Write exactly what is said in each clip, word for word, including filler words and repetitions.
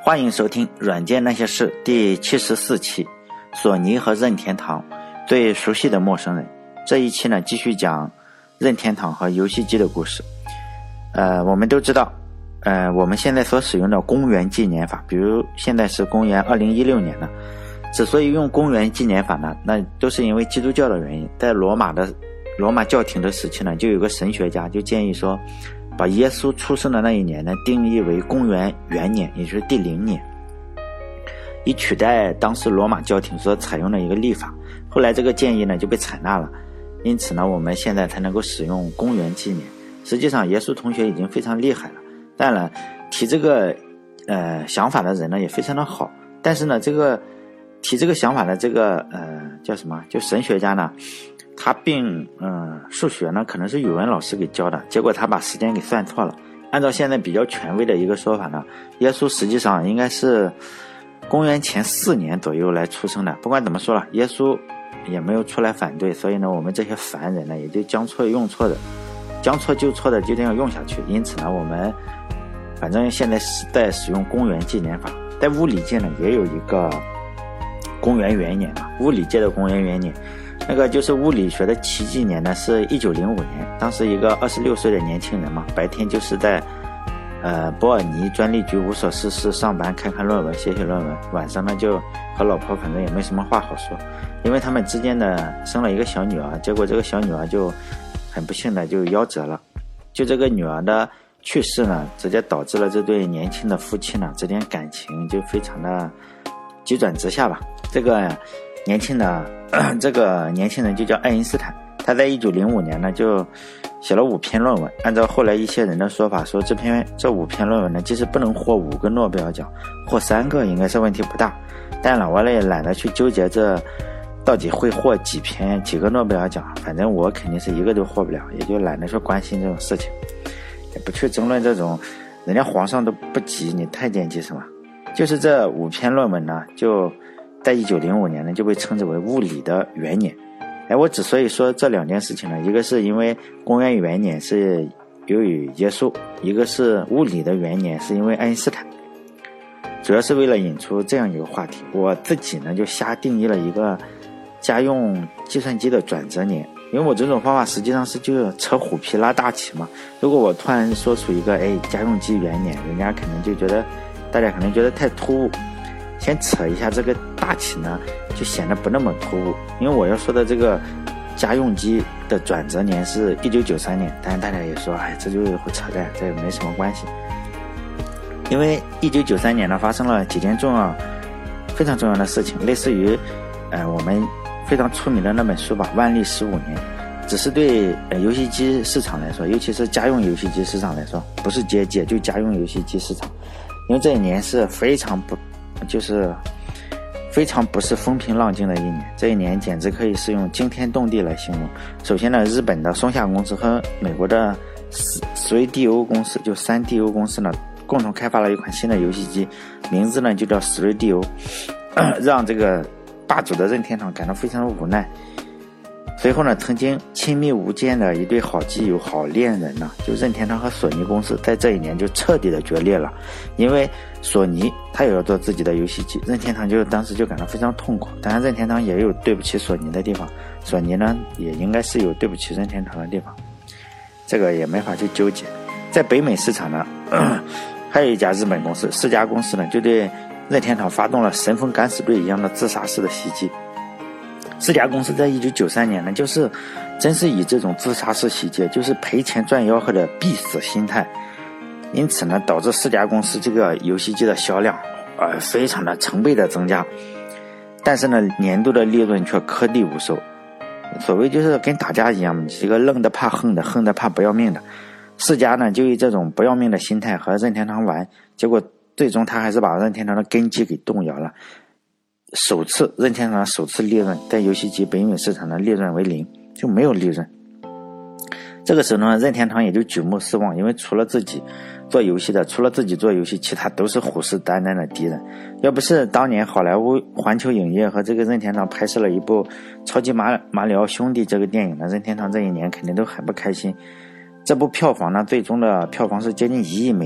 欢迎收听《软件那些事》第七十四期，索尼和任天堂最熟悉的陌生人。这一期呢，继续讲任天堂和游戏机的故事。呃，我们都知道，呃，我们现在所使用的公元纪年法，比如现在是公元二零一六年了，之所以用公元纪年法呢，那都是因为基督教的原因。在罗马的罗马教廷的时期呢，就有个神学家就建议说，把耶稣出生的那一年呢定义为公元元年，也就是第零年，以取代当时罗马教廷所采用的一个历法。后来这个建议呢就被采纳了，因此呢我们现在才能够使用公元纪年。实际上耶稣同学已经非常厉害了，当然提这个呃想法的人呢也非常的好，但是呢这个提这个想法的这个呃叫什么就神学家呢，他并嗯、呃、数学呢可能是语文老师给教的，结果他把时间给算错了。按照现在比较权威的一个说法呢，耶稣实际上应该是公元前四年左右来出生的。不管怎么说了，耶稣也没有出来反对，所以呢我们这些凡人呢也就将错用错的将错就错的就这样用下去。因此呢我们反正现在是在使用公元纪年法。在物理界呢也有一个公元元年嘛，物理界的公元元年那个就是物理学的奇迹年呢，是一九零五年。当时一个二十六岁的年轻人嘛，白天就是在呃伯尔尼专利局无所事事上班，看看论文，写写论文，晚上呢就和老婆反正也没什么话好说，因为他们之间呢生了一个小女儿，结果这个小女儿就很不幸的就夭折了。就这个女儿的去世呢，直接导致了这对年轻的夫妻呢之间感情就非常的急转直下吧。这个年轻的这个年轻人就叫爱因斯坦，他在一九零五年呢就写了五篇论文。按照后来一些人的说法，说这篇这五篇论文呢，即使不能获五个诺贝尔奖，获三个应该是问题不大。但了我也懒得去纠结这到底会获几篇几个诺贝尔奖，反正我肯定是一个都获不了，也就懒得说关心这种事情，也不去争论这种人家皇上都不急，你太监急什么。就是这五篇论文呢，就在一九零五年呢就被称之为物理的元年。哎，我之所以说这两件事情呢，一个是因为公元元年是由于耶稣，一个是物理的元年是因为爱因斯坦，主要是为了引出这样一个话题。我自己呢就瞎定义了一个家用计算机的转折年，因为我这种方法实际上是就扯虎皮拉大旗嘛。如果我突然说出一个哎家用机元年，人家可能就觉得大家可能觉得太突兀，先扯一下这个大旗呢就显得不那么突兀。因为我要说的这个家用机的转折年是一九九三年，但是大家也说哎这就是扯淡，这也没什么关系。因为一九九三年呢发生了几件重要非常重要的事情，类似于呃我们非常出名的那本书吧，万历十五年。只是对呃游戏机市场来说，尤其是家用游戏机市场来说，不是街机就家用游戏机市场，因为这一年是非常不就是非常不是风平浪静的一年，这一年简直可以是用惊天动地来形容。首先呢，日本的松下公司和美国的 三 D O 公司，就 三 D O 公司呢共同开发了一款新的游戏机，名字呢就叫 三 D O， 让这个霸主的任天堂感到非常的无奈。随后呢，曾经亲密无间的一对好基友好恋人呢，就任天堂和索尼公司在这一年就彻底的决裂了。因为索尼他也要做自己的游戏机，任天堂就当时就感到非常痛苦。当然任天堂也有对不起索尼的地方，索尼呢也应该是有对不起任天堂的地方，这个也没法去纠结。在北美市场呢还有一家日本公司，世嘉公司呢就对任天堂发动了神风敢死队一样的自杀式的袭击。世嘉公司在一九九三年呢，就是真是以这种自杀式袭击，就是赔钱赚吆喝的必死心态，因此呢，导致世嘉公司这个游戏机的销量，呃，非常的成倍的增加，但是呢，年度的利润却颗粒无收。所谓就是跟打架一样，一个愣的怕横的，横的怕不要命的。世嘉呢，就以这种不要命的心态和任天堂玩，结果最终他还是把任天堂的根基给动摇了。首次任天堂首次利润在游戏机北美市场的利润为零，就没有利润。这个时候呢，任天堂也就举目四望，因为除了自己做游戏的，除了自己做游戏，其他都是虎视眈眈的敌人。要不是当年好莱坞环球影业和这个任天堂拍摄了一部超级马马里奥兄弟这个电影呢，任天堂这一年肯定都很不开心。这部票房呢，最终的票房是接近一亿美元，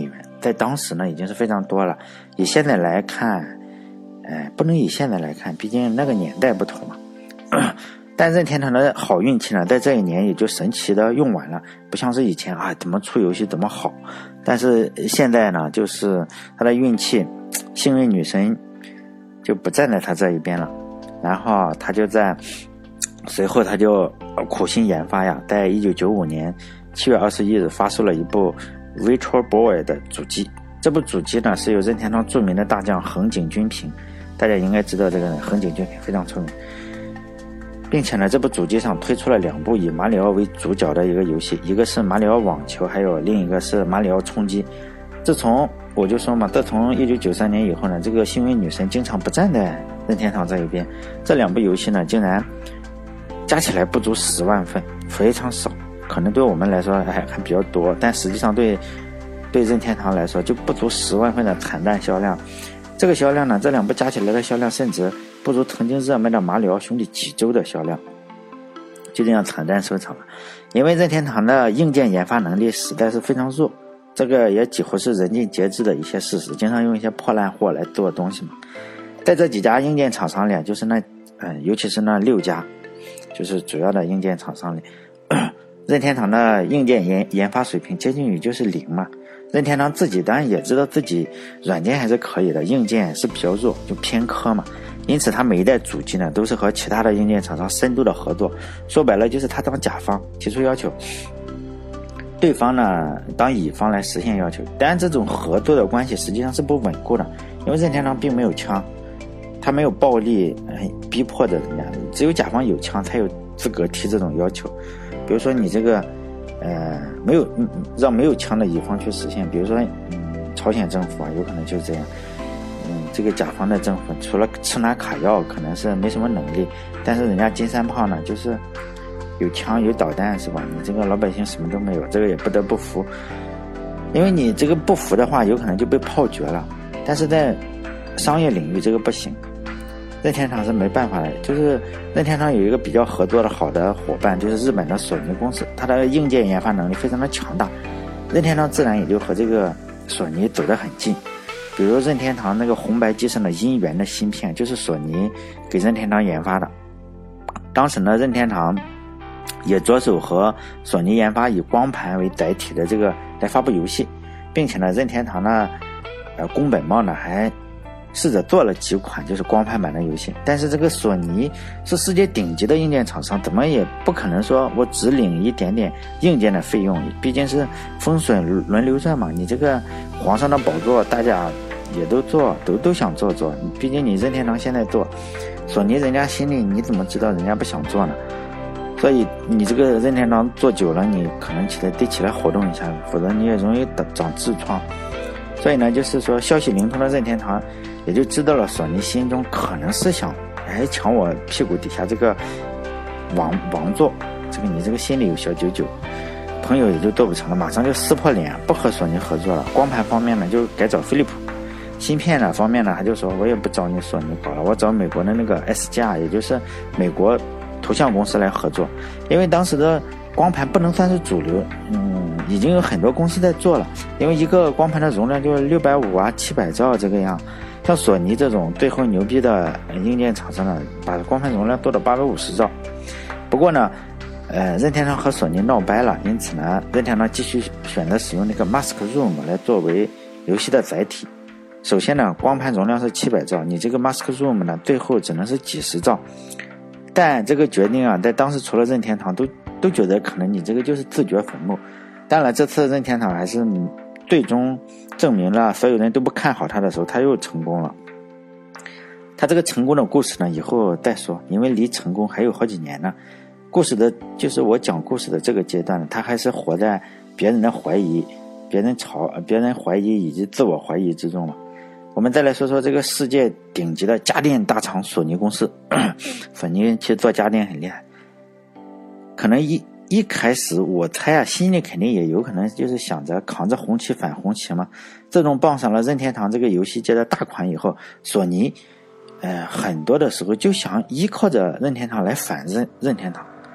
在当时呢已经是非常多了。以现在来看，呃，不能以现在来看，毕竟那个年代不同嘛。但任天堂的好运气呢，在这一年也就神奇的用完了，不像是以前啊，怎么出游戏怎么好。但是现在呢，就是他的运气，幸运女神就不站在他这一边了。然后他就在随后他就苦心研发呀，在一九九五年七月二十一日发售了一部 Virtual Boy 的主机。这部主机呢是由任天堂著名的大将横井军平，大家应该知道这个人，横井军平非常出名，并且呢这部主机上推出了两部以马里奥为主角的一个游戏，一个是马里奥网球，还有另一个是马里奥冲击。自从我就说嘛，自从一九九三年以后呢，这个幸运女神经常不站在任天堂这一边，这两部游戏呢竟然加起来不足十万份，非常少。可能对我们来说还还比较多，但实际上对对任天堂来说就不足十万份的惨淡销量。这个销量呢，这两部加起来的销量甚至不如曾经热卖的马里奥兄弟几周的销量，就这样惨淡收场了。因为任天堂的硬件研发能力实在是非常弱，这个也几乎是人尽皆知的一些事实，经常用一些破烂货来做东西嘛。在这几家硬件厂商里，就是那嗯，尤其是那六家就是主要的硬件厂商里，任天堂的硬件研研发水平接近于就是零嘛。任天堂自己当然也知道自己软件还是可以的，硬件是比较弱，就偏科嘛。因此他每一代主机呢都是和其他的硬件厂商深度的合作，说白了就是他当甲方提出要求，对方呢当乙方来实现要求。当然这种合作的关系实际上是不稳固的，因为任天堂并没有枪，他没有暴力逼迫的人家，只有甲方有枪才有资格提这种要求。比如说你这个呃没有让没有枪的乙方去实现，比如说嗯朝鲜政府啊，有可能就是这样。嗯，这个甲方的政府除了吃拿卡药可能是没什么能力，但是人家金三炮呢就是有枪有导弹，是吧？你这个老百姓什么都没有，这个也不得不服。因为你这个不服的话有可能就被炮决了，但是在商业领域这个不行，任天堂是没办法的。就是任天堂有一个比较合作的好的伙伴，就是日本的索尼公司，它的硬件研发能力非常的强大，任天堂自然也就和这个索尼走得很近。比如任天堂那个红白机上的音源的芯片就是索尼给任天堂研发的，当时呢任天堂也着手和索尼研发以光盘为载体的这个来发布游戏，并且呢任天堂呢呃宫本茂呢还试着做了几款就是光盘版的游戏。但是这个索尼是世界顶级的硬件厂商，怎么也不可能说我只领一点点硬件的费用，毕竟是风水轮流转嘛，你这个皇上的宝座大家也都做，都都想做做，毕竟你任天堂现在做，索尼人家心里你怎么知道人家不想做呢？所以你这个任天堂做久了，你可能起来得起来活动一下，否则你也容易长痔疮。所以呢就是说消息灵通的任天堂也就知道了索尼心中可能是想哎抢我屁股底下这个王王座，这个你这个心里有小九九，朋友也就做不成了，马上就撕破脸不和索尼合作了。光盘方面呢就改找飞利浦，芯片呢方面呢他就说我也不找你索尼搞了，我找美国的那个 S 加，也就是美国图像公司来合作。因为当时的光盘不能算是主流，嗯，已经有很多公司在做了，因为一个光盘的容量就是六百五啊七百兆这个样。像索尼这种最后牛逼的硬件厂商呢，把光盘容量做到八百五十兆。不过呢呃，任天堂和索尼闹掰了，因此呢任天堂继续选择使用那个 Mask Room 来作为游戏的载体。首先呢光盘容量是七百兆，你这个 Mask Room 呢最后只能是几十兆。但这个决定啊，在当时除了任天堂都都觉得可能你这个就是自掘坟墓。当然这次任天堂还是最终证明了所有人都不看好他的时候，他又成功了。他这个成功的故事呢以后再说，因为离成功还有好几年呢。故事的就是我讲故事的这个阶段，他还是活在别人的怀疑别人嘲别人怀疑以及自我怀疑之中了。我们再来说说这个世界顶级的家电大厂索尼公司。索尼其实做家电很厉害，可能一一开始我猜啊，心里肯定也有可能就是想着扛着红旗反红旗嘛。自从傍上了任天堂这个游戏界的大款以后，索尼呃很多的时候就想依靠着任天堂来反任任天堂。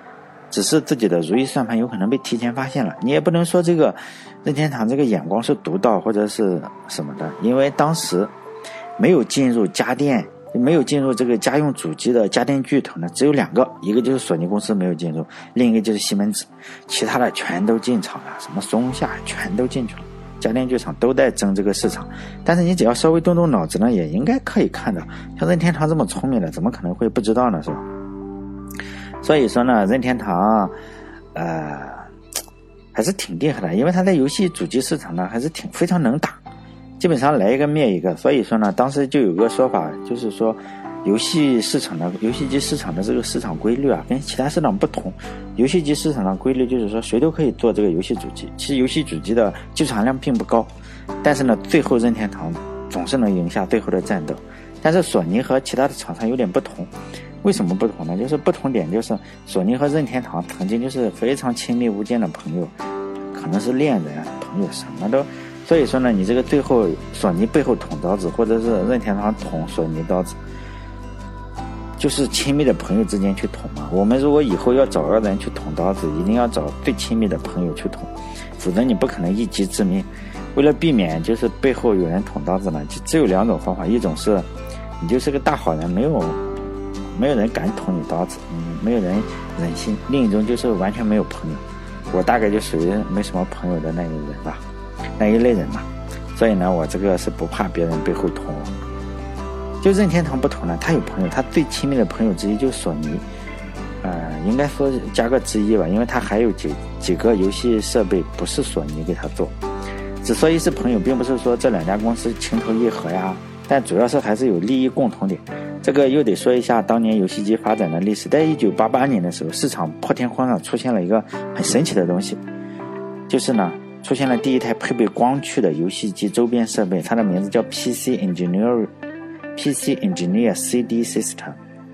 只是自己的如意算盘有可能被提前发现了。你也不能说这个任天堂这个眼光是独到或者是什么的，因为当时没有进入家电没有进入这个家用主机的家电巨头呢，只有两个，一个就是索尼公司没有进入，另一个就是西门子，其他的全都进场了，什么松下全都进去了，家电剧场都在争这个市场。但是你只要稍微动动脑子呢，也应该可以看到，像任天堂这么聪明的，怎么可能会不知道呢，是吧？所以说呢，任天堂呃还是挺厉害的，因为他在游戏主机市场呢还是挺非常能打，基本上来一个灭一个。所以说呢，当时就有个说法，就是说游戏市场的游戏机市场的这个市场规律啊，跟其他市场不同。游戏机市场的规律就是说，谁都可以做这个游戏主机。其实游戏主机的技术含量并不高，但是呢，最后任天堂总是能赢下最后的战斗。但是索尼和其他的厂商有点不同，为什么不同呢？就是不同点就是索尼和任天堂曾经就是非常亲密无间的朋友，可能是恋人、朋友什么都。所以说呢，你这个最后索尼背后捅刀子，或者是任天堂捅索尼刀子，就是亲密的朋友之间去捅嘛。我们如果以后要找个人去捅刀子，一定要找最亲密的朋友去捅，否则你不可能一击致命。为了避免就是背后有人捅刀子呢，就只有两种方法，一种是你就是个大好人，没有没有人敢捅你刀子，嗯，没有人忍心；另一种就是完全没有朋友。我大概就属于没什么朋友的那一人吧。那一类人嘛，所以呢，我这个是不怕别人背后捅我。就任天堂不同呢，他有朋友，他最亲密的朋友之一就是索尼，呃，应该说加个之一吧，因为他还有几几个游戏设备不是索尼给他做。之所以是朋友，并不是说这两家公司情投意合呀，但主要是还是有利益共同点。这个又得说一下当年游戏机发展的历史。在一九八八年的时候，市场破天荒上出现了一个很神奇的东西，就是呢。出现了第一台配备光驱的游戏机周边设备，它的名字叫 P C Engineer P C Engineer C D System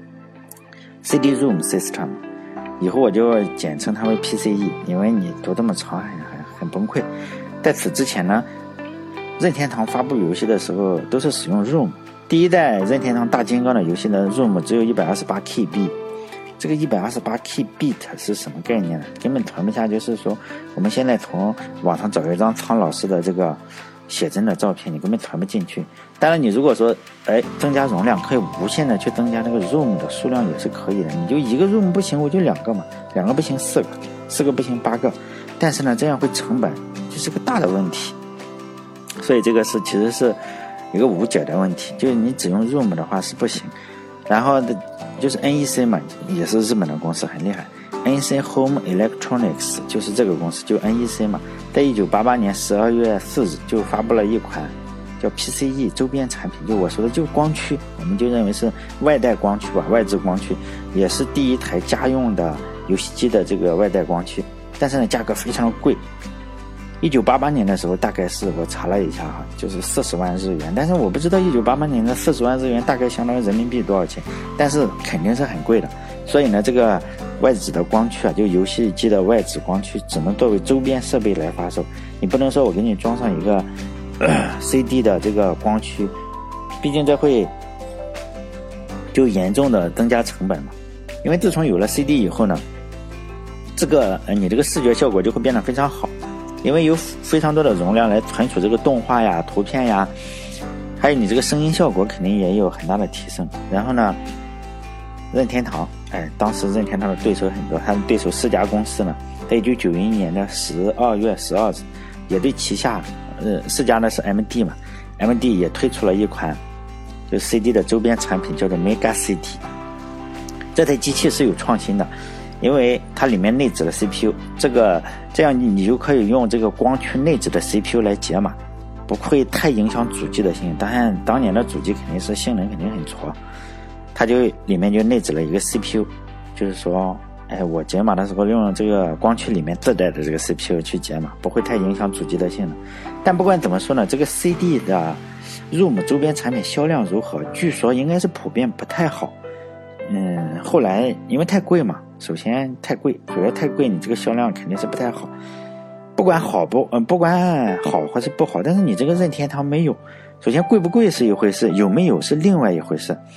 C D Room System， 以后我就简称它为 P C E， 因为你读这么长很很很崩溃。在此之前呢，任天堂发布游戏的时候都是使用 ROM， 第一代任天堂大金刚的游戏的 ROM 只有一百二十八 K B。这个一百二十八 K bit 是什么概念呢？根本存不下。就是说我们现在从网上找一张苍老师的这个写真的照片，你根本存不进去。当然你如果说哎增加容量，可以无限的去增加那个 ROM 的数量也是可以的。你就一个 ROM 不行，我就两个嘛，两个不行四个，四个不行八个。但是呢这样会成本就是个大的问题，所以这个是其实是一个无解的问题，就是你只用 ROM 的话是不行。然后就是 N E C 嘛，也是日本的公司，很厉害。N E C Home Electronics 就是这个公司，就 N E C 嘛，在一九八八年十二月四日就发布了一款叫 P C E 周边产品，就我说的就光驱，我们就认为是外带光驱吧，外置光驱，也是第一台家用的游戏机的这个外带光驱，但是呢价格非常的贵。一九八八年的时候大概是我查了一下哈，就是四十万日元，但是我不知道一九八八年的四十万日元大概相当于人民币多少钱，但是肯定是很贵的。所以呢这个外置的光驱啊，就游戏机的外置光驱只能作为周边设备来发售，你不能说我给你装上一个、呃、C D 的这个光驱，毕竟这会就严重的增加成本嘛。因为自从有了 C D 以后呢，这个、呃、你这个视觉效果就会变得非常好，因为有非常多的容量来存储这个动画呀、图片呀，还有你这个声音效果肯定也有很大的提升。然后呢，任天堂，哎，当时任天堂的对手很多，他的对手世嘉公司呢，在一九九一年的十二月十二日，也对旗下，呃，世嘉呢是 M D 嘛 ，M D 也推出了一款就 C D 的周边产品，叫做 Mega C D。这台机器是有创新的。因为它里面内置了 C P U， 这个这样你你就可以用这个光驱内置的 C P U 来解码，不会太影响主机的性能。当然当年的主机肯定是性能肯定很挫，它就里面就内置了一个 C P U， 就是说哎，我解码的时候用这个光驱里面自带的这个 C P U 去解码，不会太影响主机的性能。但不管怎么说呢，这个 C D 的 ROM 周边产品销量如何，据说应该是普遍不太好。嗯，后来因为太贵嘛，首先太贵，主要太贵，你这个销量肯定是不太好。不管好不，嗯，不管好或是不好，但是你这个任天堂没有，首先贵不贵是一回事，有没有是另外一回事。因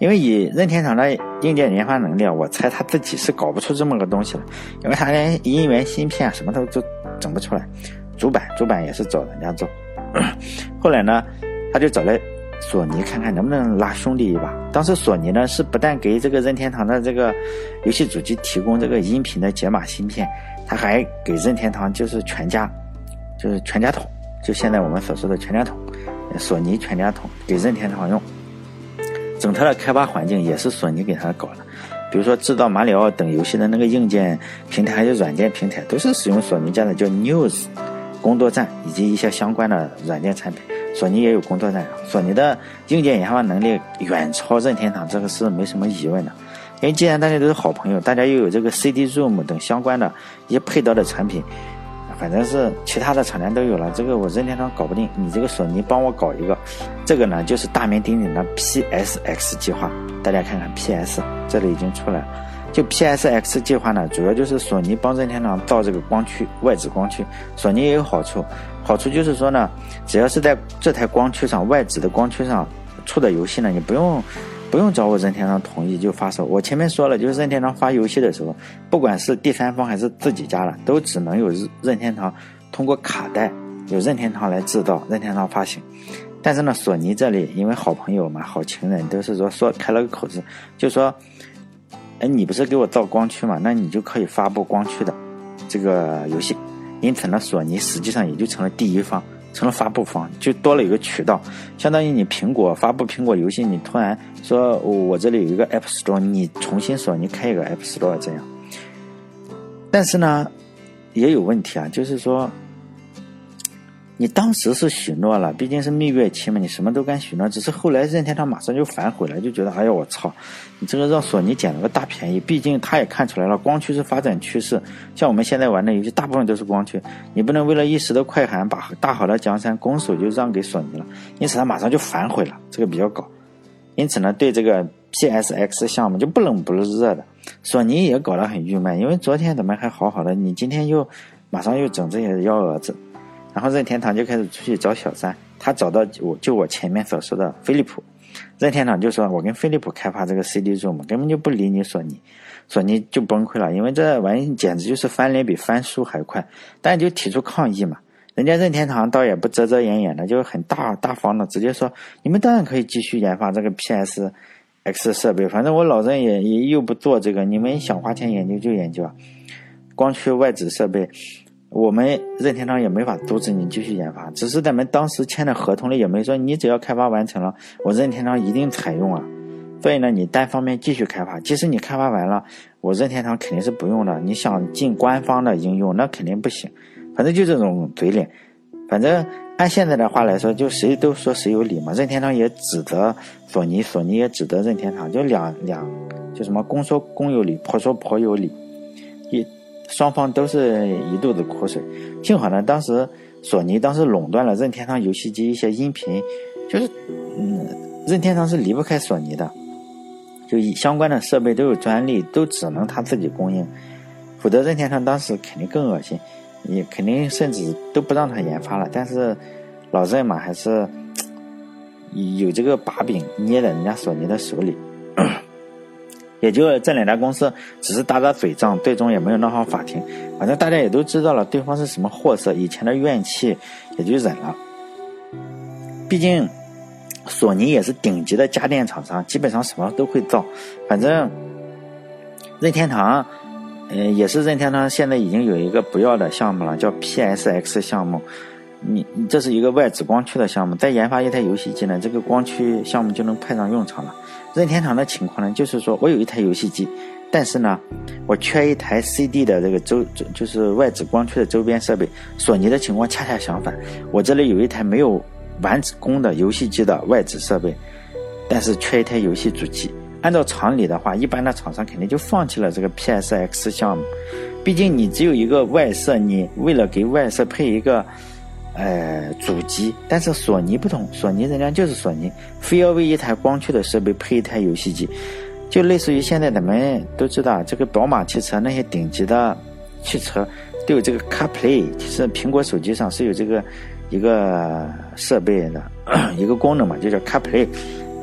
因为以任天堂的硬件研发能力，我猜他自己是搞不出这么个东西了，因为他连音源芯片什么都都整不出来，主板主板也是找人家做。后来呢，他就找来索尼看看能不能拉兄弟一把。当时索尼呢是不但给这个任天堂的这个游戏主机提供这个音频的解码芯片，他还给任天堂就是全家就是全家桶，就现在我们所说的全家桶，索尼全家桶给任天堂用。整套的开发环境也是索尼给他搞的，比如说制造马里奥等游戏的那个硬件平台还有软件平台都是使用索尼家的叫 News 工作站以及一些相关的软件产品。索尼也有工作站，索尼的硬件研发能力远超任天堂，这个是没什么疑问的。因为既然大家都是好朋友，大家又有这个 C D ROM 等相关的一些配套的产品，反正是其他的厂家都有了，这个我任天堂搞不定，你这个索尼帮我搞一个。这个呢就是大名鼎鼎的 P S X 计划，大家看看 P S 这里已经出来了。就 P S X 计划呢，主要就是索尼帮任天堂造这个光驱，外置光驱。索尼也有好处，好处就是说呢，只要是在这台光驱上，外置的光驱上出的游戏呢，你不用不用找我任天堂同意就发售。我前面说了，就是任天堂发游戏的时候，不管是第三方还是自己家的，都只能有任天堂通过卡带，有任天堂来制造，任天堂发行。但是呢，索尼这里因为好朋友嘛，好情人，都是说说开了个口子，就说哎，你不是给我造光驱嘛，那你就可以发布光驱的这个游戏。因此呢，索尼实际上也就成了第一方，成了发布方，就多了一个渠道。相当于你苹果发布苹果游戏，你突然说、哦、我这里有一个 App Store， 你重新索尼开一个 App Store 这样。但是呢也有问题啊，就是说你当时是许诺了，毕竟是蜜月期嘛，你什么都敢许诺，只是后来任天堂马上就反悔了，就觉得哎呀我操，你这个让索尼捡了个大便宜。毕竟他也看出来了，光驱是发展趋势，像我们现在玩的游戏大部分都是光驱，你不能为了一时的快感把大好的江山拱手就让给索尼了，因此他马上就反悔了，这个比较搞。因此呢，对这个 P S X 项目就不冷不热的。索尼也搞得很郁闷，因为昨天咱们还好好的，你今天又马上又整这些幺蛾子。然后任天堂就开始出去找小三，他找到我就我前面所说的飞利浦，任天堂就说我跟飞利浦开发这个 C D ROM 根本就不理你索尼，索尼就崩溃了，因为这玩意简直就是翻脸比翻书还快，但就提出抗议嘛。人家任天堂倒也不遮遮掩掩的，就很大大方的直接说，你们当然可以继续研发这个 P S X 设备，反正我老任也也又不做这个，你们想花钱研究就研究啊。光驱外置设备我们任天堂也没法阻止你继续研发，只是咱们当时签的合同里也没说你只要开发完成了，我任天堂一定采用啊。所以呢，你单方面继续开发，即使你开发完了，我任天堂肯定是不用的。你想进官方的应用，那肯定不行。反正就这种嘴脸，反正按现在的话来说，就谁都说谁有理嘛。任天堂也指责索尼，索尼也指责任天堂，就两两就什么公说公有理，婆说婆有理，一。双方都是一肚子苦水。幸好呢，当时索尼当时垄断了任天堂游戏机一些音频，就是嗯，任天堂是离不开索尼的，就相关的设备都有专利，都只能他自己供应，否则任天堂当时肯定更恶心，也肯定甚至都不让他研发了。但是老任嘛，还是有这个把柄捏在人家索尼的手里。也就这两家公司只是打打嘴仗，最终也没有闹上法庭。反正大家也都知道了对方是什么货色，以前的怨气也就忍了。毕竟索尼也是顶级的家电厂商，基本上什么都会造。反正任天堂呃，也是任天堂现在已经有一个不要的项目了，叫 P S X 项目。你这是一个外置光驱的项目，再研发一台游戏机呢，这个光驱项目就能派上用场了。任天堂的情况呢，就是说我有一台游戏机，但是呢我缺一台 C D 的这个周就是外置光驱的周边设备。索尼的情况恰恰相反，我这里有一台没有完工的游戏机的外置设备，但是缺一台游戏主机。按照常理的话，一般的厂商肯定就放弃了这个 P S X 项目，毕竟你只有一个外设，你为了给外设配一个呃，主机。但是索尼不同，索尼人家就是索尼，非要为一台光驱的设备配一台游戏机，就类似于现在咱们都知道，这个宝马汽车那些顶级的汽车都有这个 CarPlay， 其实苹果手机上是有这个一个设备的一个功能嘛，就叫 CarPlay。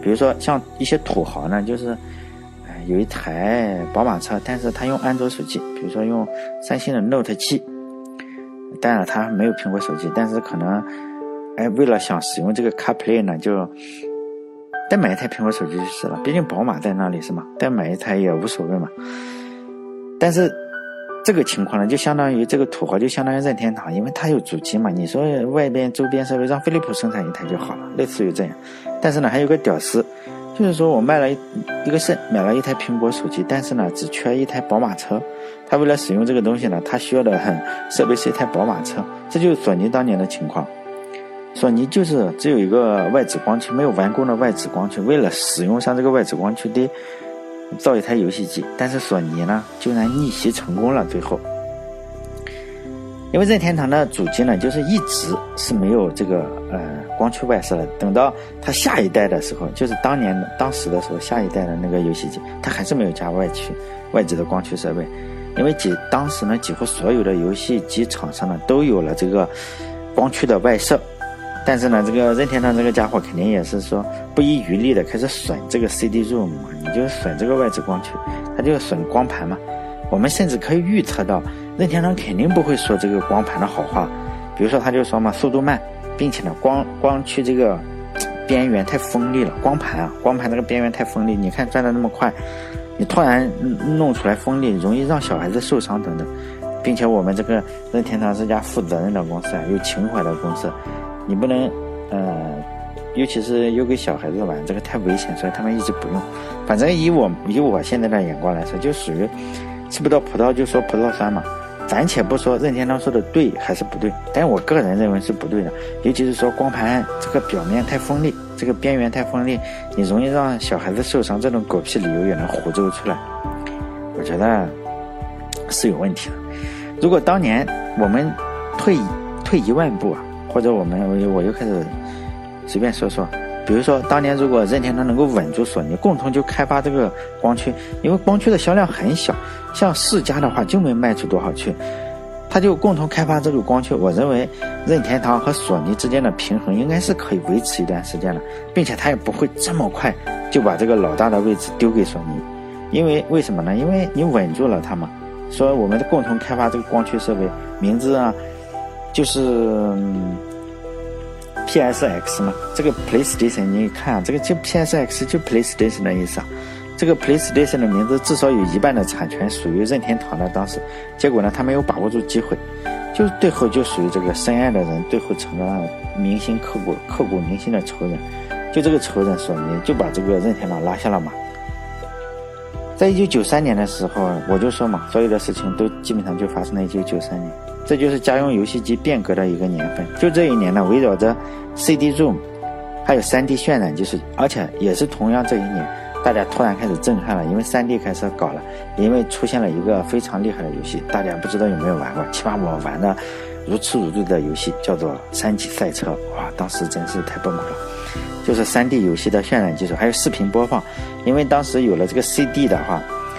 比如说像一些土豪呢，就是呃有一台宝马车，但是他用安卓手机，比如说用三星的 Note 七，当然他没有苹果手机，但是可能哎为了想使用这个 CarPlay 呢，就再买一台苹果手机就是了，毕竟宝马在那里是吗？再买一台也无所谓嘛。但是这个情况呢，就相当于这个土豪就相当于任天堂，因为它有主机嘛，你说外边周边设备让飞利浦生产一台就好了，类似于这样。但是呢还有个屌丝，就是说我卖了一一个肾，买了一台苹果手机，但是呢只缺一台宝马车，他为了使用这个东西呢，他需要的设备是一台宝马车，这就是索尼当年的情况。索尼就是只有一个外置光驱，没有完工的外置光驱，为了使用上这个外置光驱得造一台游戏机，但是索尼呢居然逆袭成功了。最后因为任天堂的主机呢就是一直是没有这个呃光驱外设的，等到它下一代的时候，就是当年当时的时候下一代的那个游戏机，它还是没有加外驱外置的光驱设备。因为几当时呢几乎所有的游戏机厂商呢都有了这个光驱的外设，但是呢这个任天堂这个家伙肯定也是说不遗余力的开始损这个 C D ROM 嘛，你就损这个外置光驱，它就损光盘嘛。我们甚至可以预测到任天堂肯定不会说这个光盘的好话，比如说他就说嘛，速度慢，并且呢光光驱这个边缘太锋利了，光盘啊光盘这个边缘太锋利，你看转得那么快，你突然弄出来锋利，容易让小孩子受伤等等。并且我们这个任天堂是家负责任的公司啊，有情怀的公司，你不能呃尤其是又给小孩子玩，这个太危险，所以他们一直不用。反正以我以我现在的眼光来说，就属于吃不到葡萄就说葡萄酸嘛。暂且不说任天堂说的对还是不对，但是我个人认为是不对的。尤其是说光盘这个表面太锋利，这个边缘太锋利，你容易让小孩子受伤，这种狗屁理由也能胡诌出来，我觉得是有问题的。如果当年我们退退一万步啊，或者我们我我又开始随便说说，比如说当年如果任天堂能够稳住索尼，共同就开发这个光驱，因为光驱的销量很小，像世嘉的话就没卖出多少去，他就共同开发这个光驱，我认为任天堂和索尼之间的平衡应该是可以维持一段时间的，并且他也不会这么快就把这个老大的位置丢给索尼。因为为什么呢？因为你稳住了他嘛，说我们的共同开发这个光驱设备，名字啊就是、嗯、P S X 嘛，这个 PlayStation 你看啊，这个就 P S X 就 PlayStation 的意思啊。这个 PlayStation 的名字至少有一半的产权属于任天堂的，当时结果呢他没有把握住机会，就最后就属于这个深爱的人最后成了铭心刻骨刻骨铭心的仇人，就这个仇人索尼就把这个任天堂拉下了马。在一九九三年的时候，我就说嘛，所有的事情都基本上就发生在一九九三年，这就是家用游戏机变革的一个年份。就这一年呢，围绕着 C D ROM 还有 三 D 渲染技术，而且也是同样这一年大家突然开始震撼了，因为 三 D 开始搞了，因为出现了一个非常厉害的游戏，大家不知道有没有玩过，起码我玩的如痴如醉的游戏叫做三级赛车，哇，当时真是太崩溃了。就是 三 D 游戏的渲染技术，还有视频播放，因为当时有了这个 C D 的话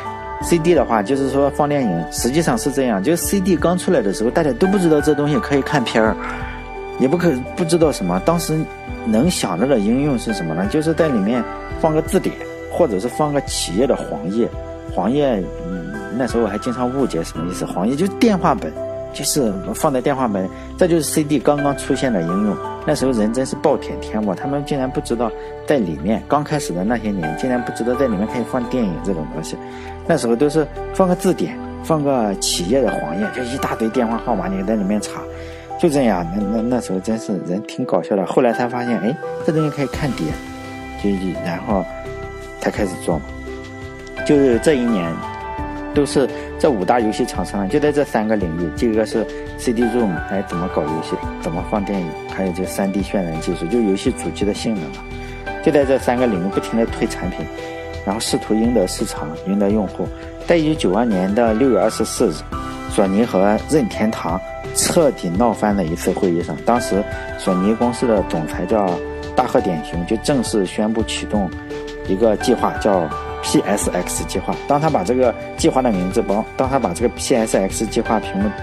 C D 的话就是说放电影，实际上是这样，就是 C D 刚出来的时候大家都不知道这东西可以看片儿，也不可不知道什么，当时能想到的应用是什么呢？就是在里面放个字典，或者是放个企业的黄页黄页、嗯、那时候我还经常误解什么意思，黄页就是电话本，就是放在电话本，这就是 C D 刚刚出现的应用。那时候人真是暴殄天物，他们竟然不知道在里面，刚开始的那些年竟然不知道在里面可以放电影这种东西。那时候都是放个字典，放个企业的黄页，就一大堆电话号码，你在里面查，就这样。那那那时候真是人挺搞笑的。后来才发现，哎，这东西可以看碟，就然后才开始做嘛。就是这一年都是这五大游戏厂商就在这三个领域，这个是 C D ROM 来怎么搞游戏，怎么放电影，还有这 三 D 渲染技术，就游戏主机的性能嘛，就在这三个领域不停地推产品，然后试图赢得市场，赢得用户。在一九九二年的六月二十四日，索尼和任天堂彻底闹翻了一次会议上，当时索尼公司的总裁叫大贺典雄，就正式宣布启动一个计划，叫P S X 计划。当他把这个计划的名字，当他把这个 P S X 计划屏幕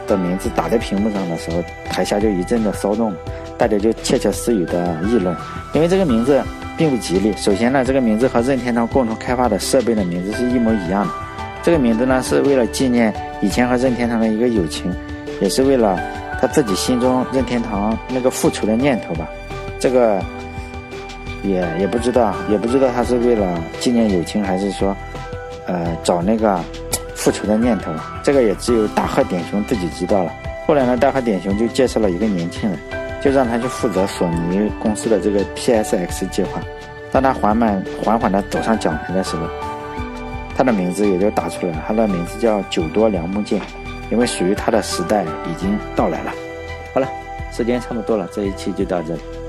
的名字打在屏幕上的时候，台下就一阵的骚动，大家就窃窃私语的议论，因为这个名字并不吉利。首先呢，这个名字和任天堂共同开发的设备的名字是一模一样的。这个名字呢，是为了纪念以前和任天堂的一个友情，也是为了他自己心中任天堂那个复仇的念头吧。这个也也不知道，也不知道他是为了纪念友情，还是说，呃，找那个复仇的念头。这个也只有大贺典雄自己知道了。后来呢，大贺典雄就介绍了一个年轻人，就让他去负责索尼公司的这个 P S X 计划。当他缓慢缓缓地走上讲台的时候，他的名字也就打出来了，他的名字叫久多良木健，因为属于他的时代已经到来了。好了，时间差不多了，这一期就到这里。